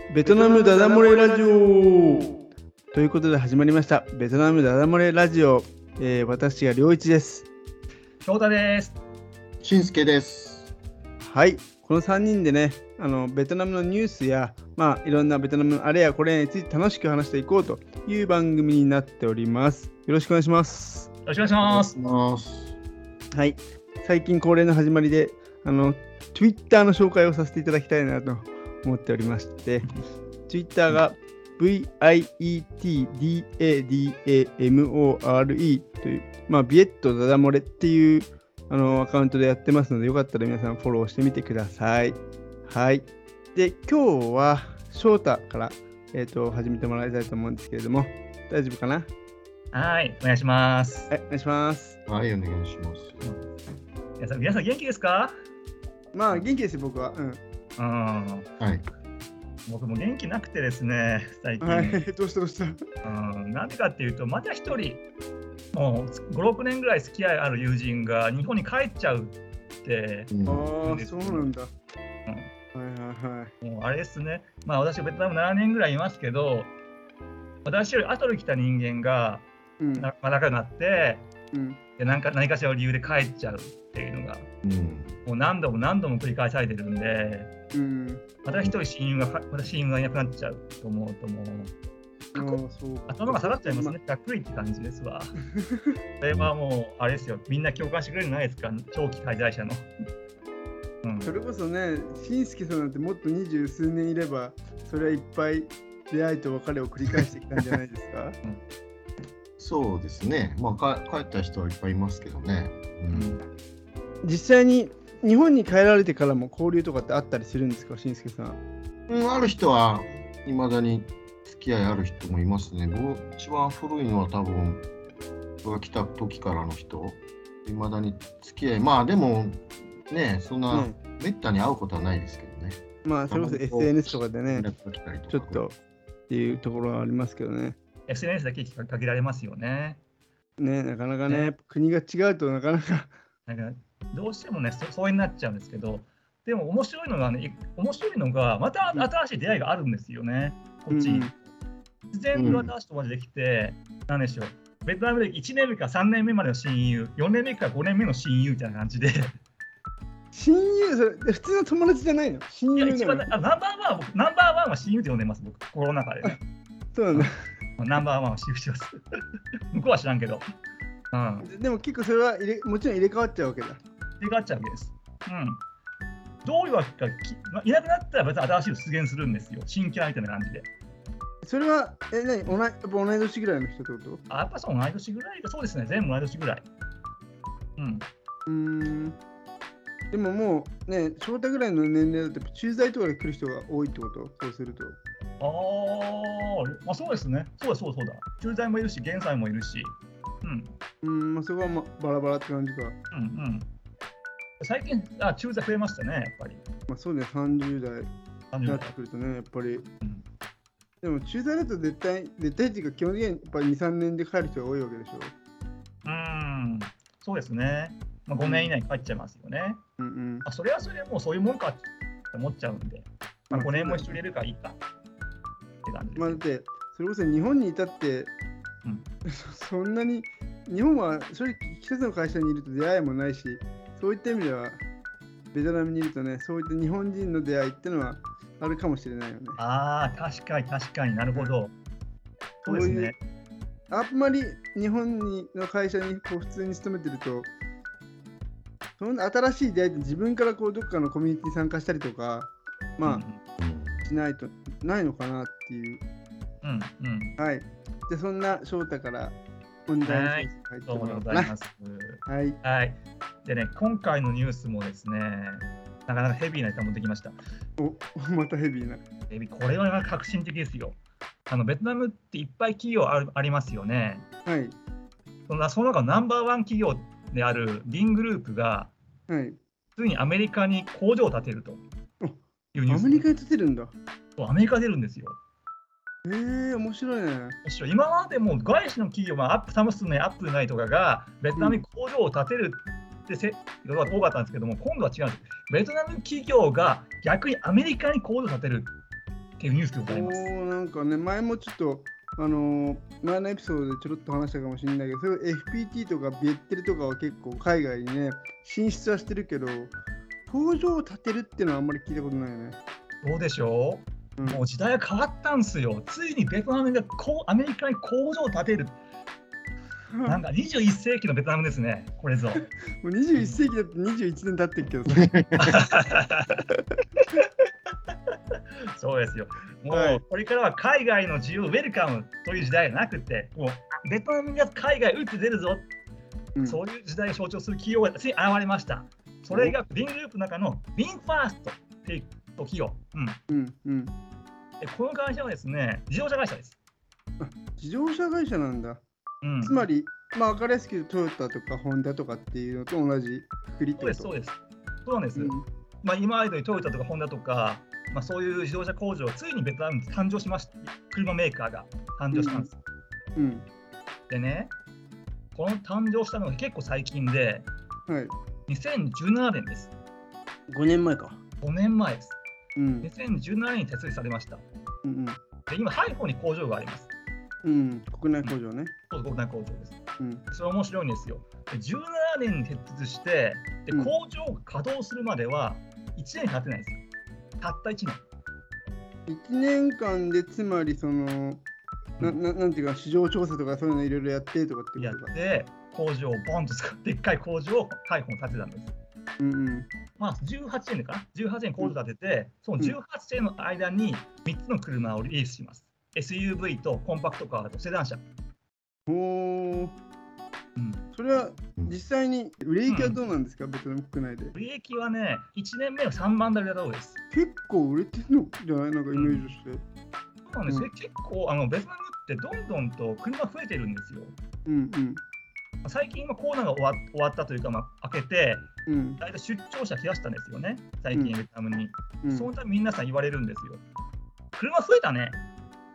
ベトナムダダ漏れラジオということで始まりましたベトナムダダ漏れラジオ、私が良一です。 翔太です。 しんすけです。 はい、この3人でね、ベトナムのニュースや、いろんなベトナムのあれやこれについて楽しく話していこうという番組になっております。よろしくお願いします。 よろしくお願いします。 はい、最近恒例の始まりでTwitter の紹介をさせていただきたいなと思っておりまして、Twitter が VIETDADAMORE という、ビエットダダ漏れっていうアカウントでやってますので、よかったら皆さんフォローしてみてください。はい。で、今日は翔太から、始めてもらいたいと思うんですけれども、大丈夫かな？ はい、お願いします。 はい、お願いします。 はい、お願いします。 皆さん元気ですか？ 元気ですよ、僕は。 はい。 僕も元気なくてですね、最近。 はい、どうした？ なんでかっていうと、また一人、もう5、6年ぐらい付き合いある友人が日本に帰っちゃうって。 そうなんだ。 もうあれですね、私、ベトナム7年ぐらいいますけど、私より後で来た人間が仲良くなって、何かしらの理由で帰っちゃうっていうのが、もう何度も繰り返されてるんで、また一人親友がいなくなっちゃうと思うともう頭が下がっちゃいますね。ざっくりって感じですわ。それはもうあれですよ、みんな共感してくれるんじゃないですか、長期滞在者の。 それこそね、しんすけさんなんてもっと20数年いれば、それはいっぱい出会いと別れを繰り返してきたんじゃないですか？ そうですね。帰った人はいっぱいいますけどね。 実際に日本に帰られてからも交流とかってあったりするんですか、しんすけさん？ ある人は未だに付き合いある人もいますね。僕一番古いのは多分僕が来た時からの人、未だに付き合い。でもね、そんなめったに会うことはないですけどね。 それこそ SNS とかでね、ちょっとっていうところはありますけどね。 SNS だけ限られますよね。 なかなかね、国が違うとなかなかどうしてもね、そうになっちゃうんですけど、でも面白いのがまた新しい出会いがあるんですよね、こっちに。自然と新しい友達できて、なんでしょう、ベトナムで1年目から3年目までの親友、4年目から5年目の親友みたいな感じで。 親友、それ普通の友達じゃないの？親友一番ナンバーワンは親友って呼んでます、僕、心の中でね。 そうなんだ。 ナンバーワンは親友してます。向こうは知らんけど。 でも結構それはもちろん入れ替わっちゃうわけだ。 入れ替わっちゃうわけです。どういうわけか、いなくなったら別に新しいの出現するんですよ。新キャラみたいな感じで。 それは、同い年ぐらいの人ってこと？ やっぱそう、同い年ぐらいか、そうですね、全部同い年ぐらい。 でももうね、翔太ぐらいの年齢だと駐在とかで来る人が多いってこと？そうすると。 そうですね。そうだ。駐在もいるし、現在もいるし。 そこはバラバラって感じか。 最近駐在増えましたね、やっぱり。 そうね、30代になってくるとね、やっぱり。でも駐在だと絶対っていうか、基本的にやっぱり2、3年で帰る人が多いわけでしょ。 そうですね。5年以内に帰っちゃいますよね。それはそれでもうそういうもんかって思っちゃうんで、5年も一緒にいるからいいかって感じ。 だってそれこそ日本にいたって、そんなに日本は正直一つの会社にいると出会いもないし、そういった意味ではベトナムにいるとね、そういった日本人の出会いってのはあるかもしれないよね。 確かになるほど。そうですね。 あんまり日本の会社に普通に勤めてると、そんな新しい出会いって自分からどっかのコミュニティに参加したりとか、しないとないのかなっていう。はい。で、そんな翔太から本題に入ってもらおうかな。 はい。でね、今回のニュースもですね、なかなかヘビーなネタ持ってきました。 またヘビーな。 これは革新的ですよ。ベトナムっていっぱい企業ありますよね。 はい。 その中のナンバーワン企業であるリングループが、ついにアメリカに工場を建てるというニュース。 アメリカに建てるんだ。 アメリカ出るんですよ。 面白いね。 今までも外資の企業、サムスンやアップルないとかがベトナムに工場を建てるって多かったんですけども、今度は違うんです。ベトナム企業が逆にアメリカに工場を建てるっっていうニュースでございます。 なんかね、前もちょっと、前のエピソードでちょろっと話したかもしれないけど、そういう FPT とかビエッテルとかは結構海外にね、進出はしてるけど、工場を建てるっていうのはあんまり聞いたことないよね。 どうでしょう、もう時代が変わったんですよ。ついにベトナムがアメリカに工場を建てる。なんか21世紀のベトナムですね、これぞ。 もう21世紀だって21年経ってるけどさ。 そうですよ。もうこれからは海外の需要ウェルカムという時代じゃなくて、もうベトナムが海外打って出るぞ、そういう時代を象徴する企業がついに現れました。それがビングループの中のビンファーストっていう企業。でこの会社はですね、自動車会社です。 自動車会社なんだ。つまり、分かりやすく言うとトヨタとかホンダとかっていうのと同じくりってこと。 そうです。そうなんです。今までトヨタとかホンダとか、そういう自動車工場、ついにベトナムに誕生しました。車メーカーが誕生したんです。でね、この誕生したのが結構最近で、2017年です。 5年前か。 5年前です。2017年に設立されました。で今、ハイフォンに工場があります。 国内工場ね。 そう、国内工場です。それ面白いんですよ。17年に設立して、工場が稼働するまでは1年経ってないんですよ。たった1年。 1年間で、つまりなんていうか、市場調査とかそういうのいろいろやってとかってことか。 で、工場をボンと使って、でっかい工場をハイフォン建てたんです。18年かな ?18 年工場建てて、その18年の間に3つの車をリリースします。SUV とコンパクトカーとセダン車。 それは実際に売れ行きはどうなんですか、ベトナム国内で。 売れ行きはね、1年目は3万台だそうです。 結構売れてるのじゃない、なんかイメージして。 そうなんです。結構ベトナムってどんどんと車増えてるんですよ。最近コロナが終わったというか、明けて、だいたい出張者増やしたんですよね、最近ベトナムに。そのため皆さん言われるんですよ。車増えたねって。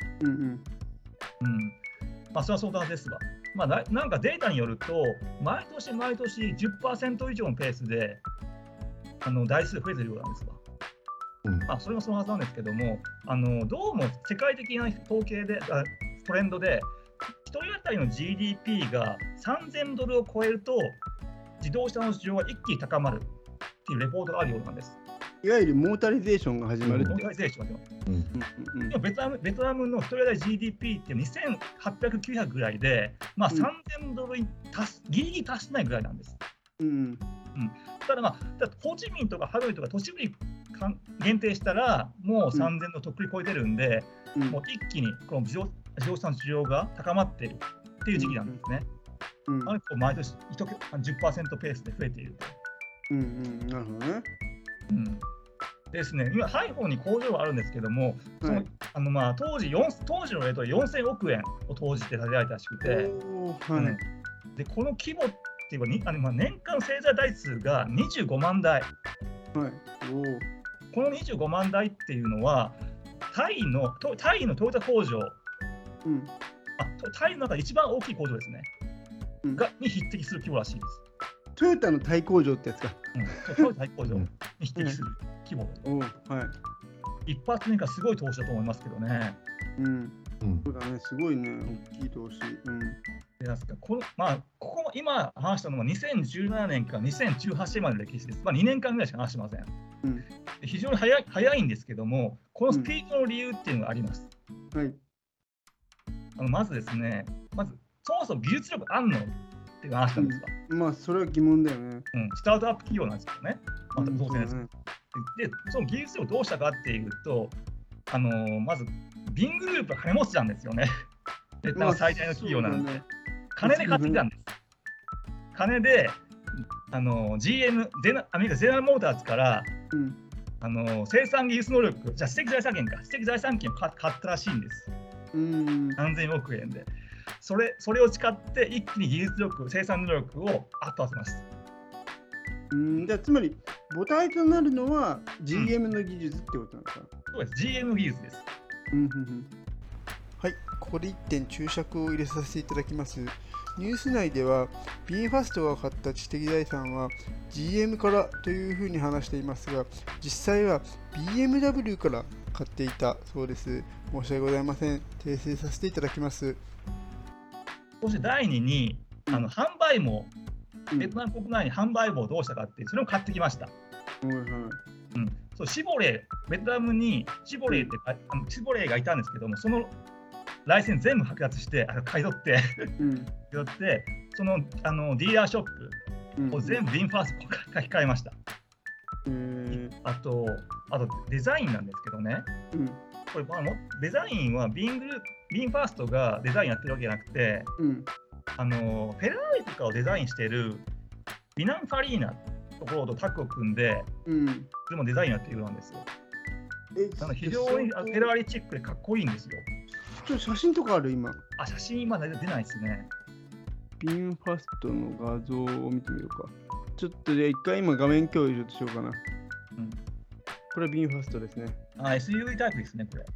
それは相談ですわ。なんかデータによると、毎年毎年 10% 以上のペースで台数増えてるようなんですわ。それもそのはずなんですけども、どうも世界的な統計で、トレンドで、1人当たりの GDP が$3000を超えると、自動車の需要が一気に高まるっていうレポートがあるようなんです。 いわゆるモータリゼーションが始まる。 モータリゼーションが始まる。ベトナムの1人当たり GDP って2800、900ぐらいで、$3000にギリギリ達してないぐらいなんです。ただ、ホーチミンとかハノイとか都市部に限定したら、もう3000のとっくに超えてるんで、もう一気にこの自動車の需要が高まっているっていう時期なんですね。毎年 10% ペースで増えていると。 なるほどね。 ですね、今、ハイフォンに工場があるんですけども、当時のレートで4000億円を投じて建てられたらしくて、でこの規模っていうか、年間製材台数が25万台。この25万台っていうのは、タイのトヨタ工場、タイの中で一番大きい工場ですね、に匹敵する規模らしいです。 トヨタのタイ工場ってやつか。 トヨタタイ工場に匹敵する規模。一発目がすごい投資だと思いますけどね。そうだね、すごいね、大きい投資。ここ今話したのは2017年から2018年までの歴史です。2年間ぐらいしか話してません。非常に早いんですけども、このスピードの理由っていうのがあります。まずですね、そもそも技術力あんのっていう話なんですが、 それは疑問だよね。 スタートアップ企業なんですけどね、当然です。で、その技術力をどうしたかっていうと、まず、ビングループは金持ちなんですよね。ベトナム最大の企業なんで、金で買ってきたんです。金で、GM、アメリカゼネラルモーターズから、生産技術能力、知的財産権を買ったらしいんです。3000億円で。それを使って一気に技術力、生産能力をアップさせます。 じゃあつまり母体となるのは GM の技術ってことなんですか？ そうです、GM の技術です。 はい、ここで1点注釈を入れさせていただきます。ニュース内では、ビンファストが買った知的財産は GM からというふうに話していますが、実際は BMW から買っていたそうです。申し訳ございません。訂正させていただきます。 そして第2に販売網、ベトナム国内に販売網をどうしたかっていう、それを買ってきました。そうシボレー、ベトナムにシボレーがいたんですけども、そのライセンス全部剥奪して買い取ってそのディーラーショップを全部ビンファースト書き換えました。あとデザインなんですけどね、これデザインはビンファーストがデザインやってるわけじゃなくて、フェラーリとかをデザインしているビナンファリーナところとタッグを組んで、それもデザインやっているようなんですよ。非常にフェラーリチックでかっこいいんですよ。 ちょっと写真とかある今。 写真今出ないですね。 ビンファストの画像を見てみようか。ちょっとじゃあ一回今画面共有しようかな。これはビンファストですね。 SUV タイプですね、これ。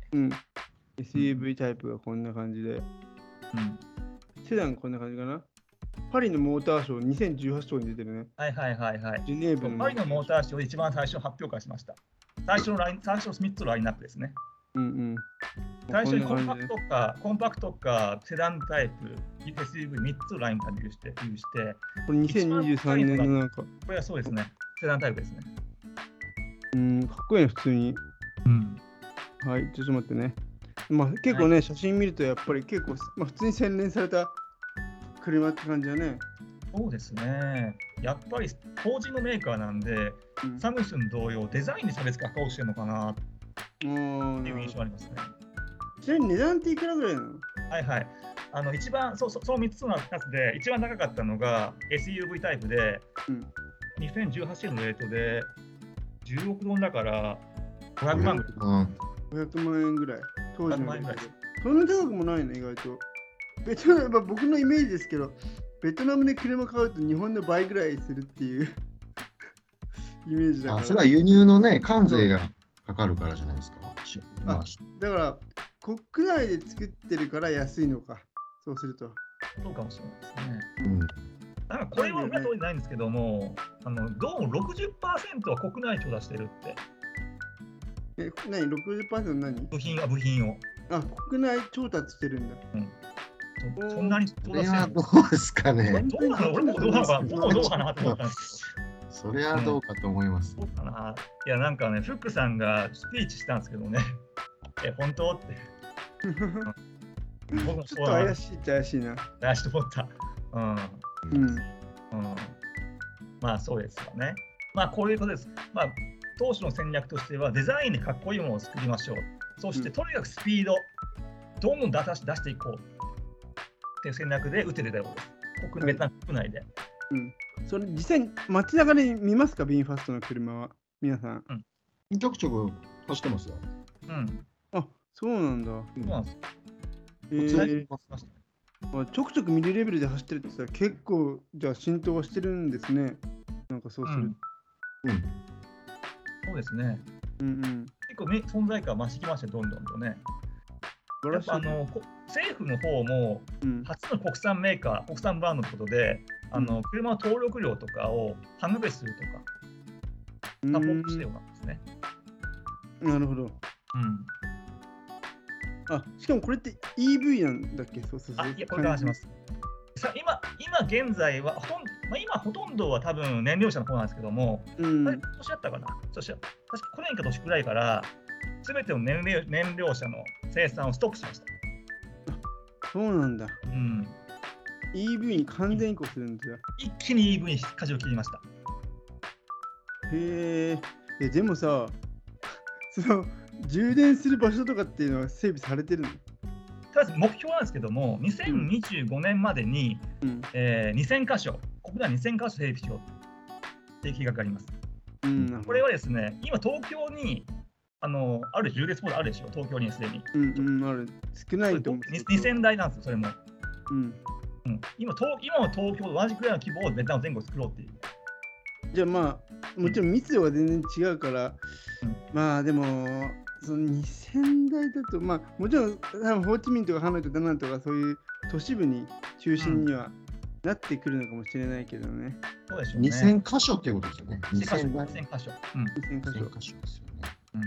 SUV タイプがこんな感じで。セダンこんな感じかな。パリのモーターショー2018章に出てるね。ジュネーブのパリのモーターショーで一番最初発表会しました。最初3つのラインナップですね。最初にコンパクトかセダンタイプ、SUV3 つのラインから有して、 これ2023年のなんか。これはそうですね。セダンタイプですね。 かっこいいね、普通に。はい、ちょっと待ってね。結構ね、写真見るとやっぱり結構、普通に洗練された車って感じだね。 そうですね。やっぱり法人のメーカーなんで、サムスン同様、デザインに差別化をしてるのかなっていう印象ありますね。 ちなみに値段っていくらぐらいなの？ 一番その3つのやつで一番高かったのが SUV タイプで、2018年のレートで10億ドルだから500万ぐらい。 500万円ぐらい。当時のレートで。そんな高くもないね、意外と。僕のイメージですけど、ベトナムで車買うと日本の倍ぐらいするっていうイメージだから。 それは輸入のね、関税がかかるからじゃないですか。 だから国内で作ってるから安いのか、そうすると。 そうかもしれないですね。だからこれは見たことないんですけども、どうも 60% は国内調達してるって。 何 60% 何？ 部品を。 国内調達してるんだ。 そんなに調達してるの？ どうですかね。 どうなの？俺もどうかなと思ったんですそれはどうかと思います。 そうかな。いや、なんかね、フックさんがスピーチしたんですけどね。本当って。 僕もちょっと怪しいっちゃ怪しいな。 怪しいと思った。そうですよね。こういうことです。当初の戦略としては、デザインでかっこいいものを作りましょう。そして、とにかくスピード、どんどん出していこうっていう戦略で打てるだろうです。ベトナム国内で。 それ実際街中で見ますか、ビンファストの車は。皆さん。 ちょくちょく走ってますよ。 そうなんだ。 そうなんです。 ちょくちょく見るレベルで走ってるって言ったら結構じゃあ浸透はしてるんですね。なんかそうする。 そうですね。結構存在感増してきましたよ、どんどんとね。やっぱ政府の方も初の国産メーカー、国産ブランドのことで、車の登録料とかを半額するとか、サポートしてよかったですね。 なるほど。しかもこれって EV なんだっけ？そう。 いや、これから話します。今現在は今ほとんどは多分燃料車の方なんですけども、年だったかな。確か去年か年くらいから全ての燃料車の生産をストップしました。 そうなんだ。EV に完全移行するんですよ。 一気に EV に舵を切りました。 へえ。でもさ、充電する場所とかっていうのは整備されてるの？ とりあえず目標なんですけども、2025年までに、2000箇所、国内2000箇所整備しようっていう計画があります。これはですね、今東京にある充電スポットあるでしょ、東京にすでに。 ある。少ないと思う。 2000台なんですよ、それも。今の東京と同じくらいの規模をベトナム前後作ろうっていう。 じゃあもちろん密度が全然違うから、でもその2000台だともちろんホーチミンとかハノイとかダナンとかそういう都市部に中心にはなってくるのかもしれないけどね。 そうでしょうね。 2000箇所っていうことですよね。 2000箇所。 2000箇所ですよね。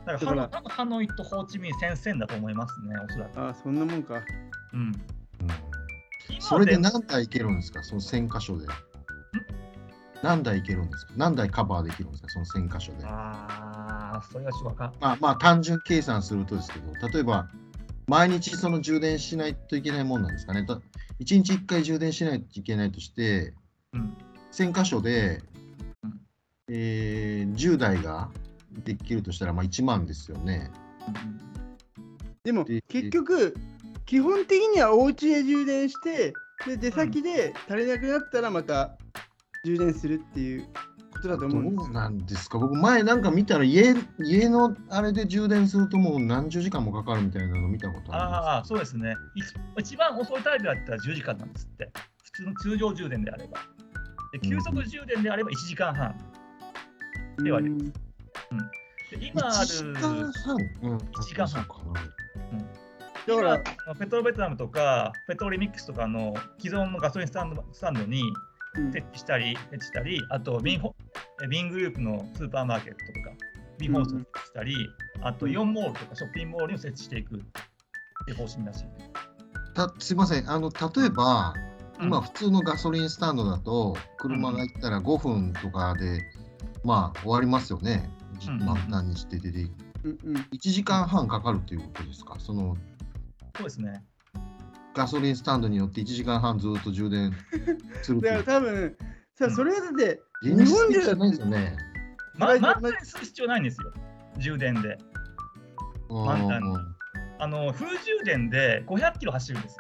だからハノイとホーチミン戦線だと思いますね、おそらく。 ああ、そんなもんか。 うん。 それで何台いけるんですか、その1000箇所で。何台いけるんですか、何台カバーできるんですか、その1000箇所で。 ああ、それはちょっと分かんまあ単純計算するとですけど、例えば毎日その充電しないといけないもんなんですかね。1日1回充電しないといけないとして、1000箇所で、10台ができるとしたら1万ですよね。 でも結局、基本的にはお家で充電して、で出先で足りなくなったらまた充電するっていうことだと思うんですよ。 そうなんですか。僕前なんか見たら家のあれで充電するともう何十時間もかかるみたいなの見たことあります。 ああ、そうですね。一番遅いタイプだったら10時間なんですって。普通の通常充電であれば。で急速充電であれば1時間半ではあります。今ある 1時間半。 1時間半。 だからペトロベトナムとかペトロリミックスとかの既存のガソリンスタンドに設置したり、あとビングループのスーパーマーケットとか、ビンホースを設置したり、あとイオンモールとかショッピングモールに設置していくっていう方針らしい。 すいません、例えば、今普通のガソリンスタンドだと、車が行ったら5分とかで、終わりますよね。満タンにして出ていく。1時間半かかるということですか。 そうですね。 ガソリンスタンドによって1時間半ずっと充電する。 だから多分さ、それだって日本でじゃないですよね。 満タンにする必要ないんですよ、充電で。満タンに。フル充電で500キロ走るんです。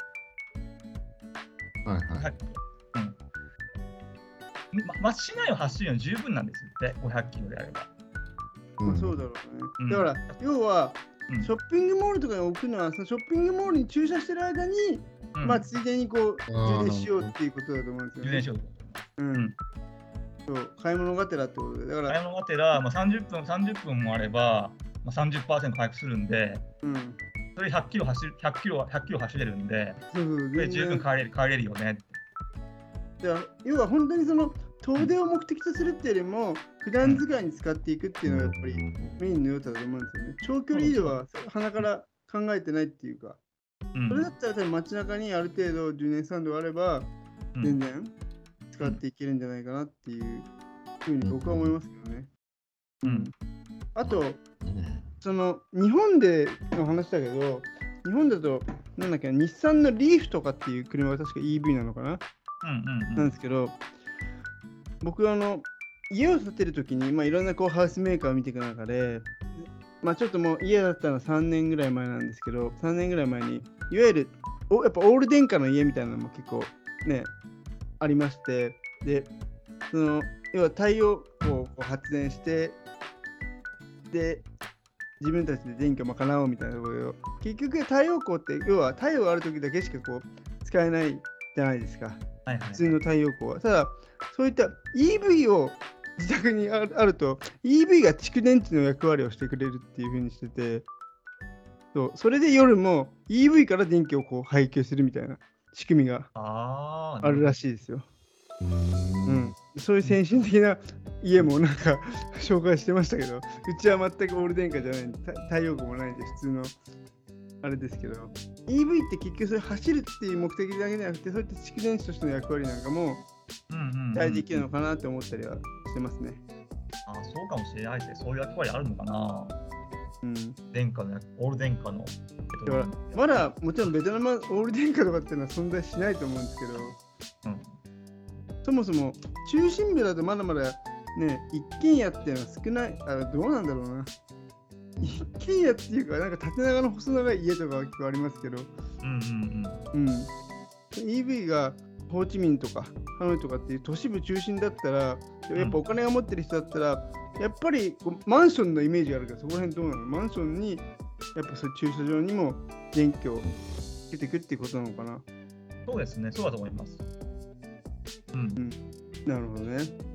市内を走るのは十分なんですって、500キロであれば。 そうだろうね。だから要はショッピングモールとかに置くのは、そのショッピングモールに駐車してる間に、ついでに充電しようっていうことだと思うんですよね。 充電しよう。 そう買い物がてらってことで、だから買い物がてら、30分もあれば、30% 回復するんで、それ100キロ走れるんで、それ十分帰れるよねって。 要は本当にその遠出を目的とするっていうよりも、普段使いに使っていくっていうのがやっぱりメインの良さだと思うんですよね。長距離移動は鼻から考えてないっていうか、それだったら多分街中にある程度充電スタンドがあれば、全然使っていけるんじゃないかなっていうふうに僕は思いますけどね。あと、その日本での話だけど、日本だとなんだっけ、日産のリーフとかっていう車は確か EV なのかな、なんですけど、僕家を建てるときに、いろんなハウスメーカーを見ていく中で、ちょっともう家だったの3年ぐらい前なんですけど、3年ぐらい前にいわゆるやっぱオール電化の家みたいなのも結構ねありまして、で要は太陽光を発電して、で自分たちで電気を賄おうみたいなところを、結局太陽光って要は太陽がある時だけしか使えないじゃないですか、普通の太陽光は。ただそういった EV を自宅にあると EV が蓄電池の役割をしてくれるっていう風にしてて、それで夜も EV から電気を配給するみたいな仕組みがあるらしいですよ。そういう先進的な家もなんか紹介してましたけど、うちは全くオール電化じゃないんで、太陽光もないんで普通のあれですけど、 EV って結局それ走るっていう目的だけじゃなくて、そういった蓄電池としての役割なんかも大事できるのかなって思ったりはしてますね。 そうかもしれないですね。そういう役割あるのかな。電化のオール電化の。 だからまだもちろんベトナムはオール電化とかっていうのは存在しないと思うんですけど、そもそも中心部だとまだまだね、一軒家っていうのは少ない。どうなんだろうな。一軒家っていうか、なんか縦長の細長い家とかは結構ありますけど、EV がホーチミンとかハノイとかっていう都市部中心だったら、やっぱお金が持ってる人だったら、やっぱりマンションのイメージがあるから、そこら辺どうなの？マンションにやっぱそういう駐車場にも電気をつけていくっていうことなのかな。 そうですね、そうだと思います。 なるほどね。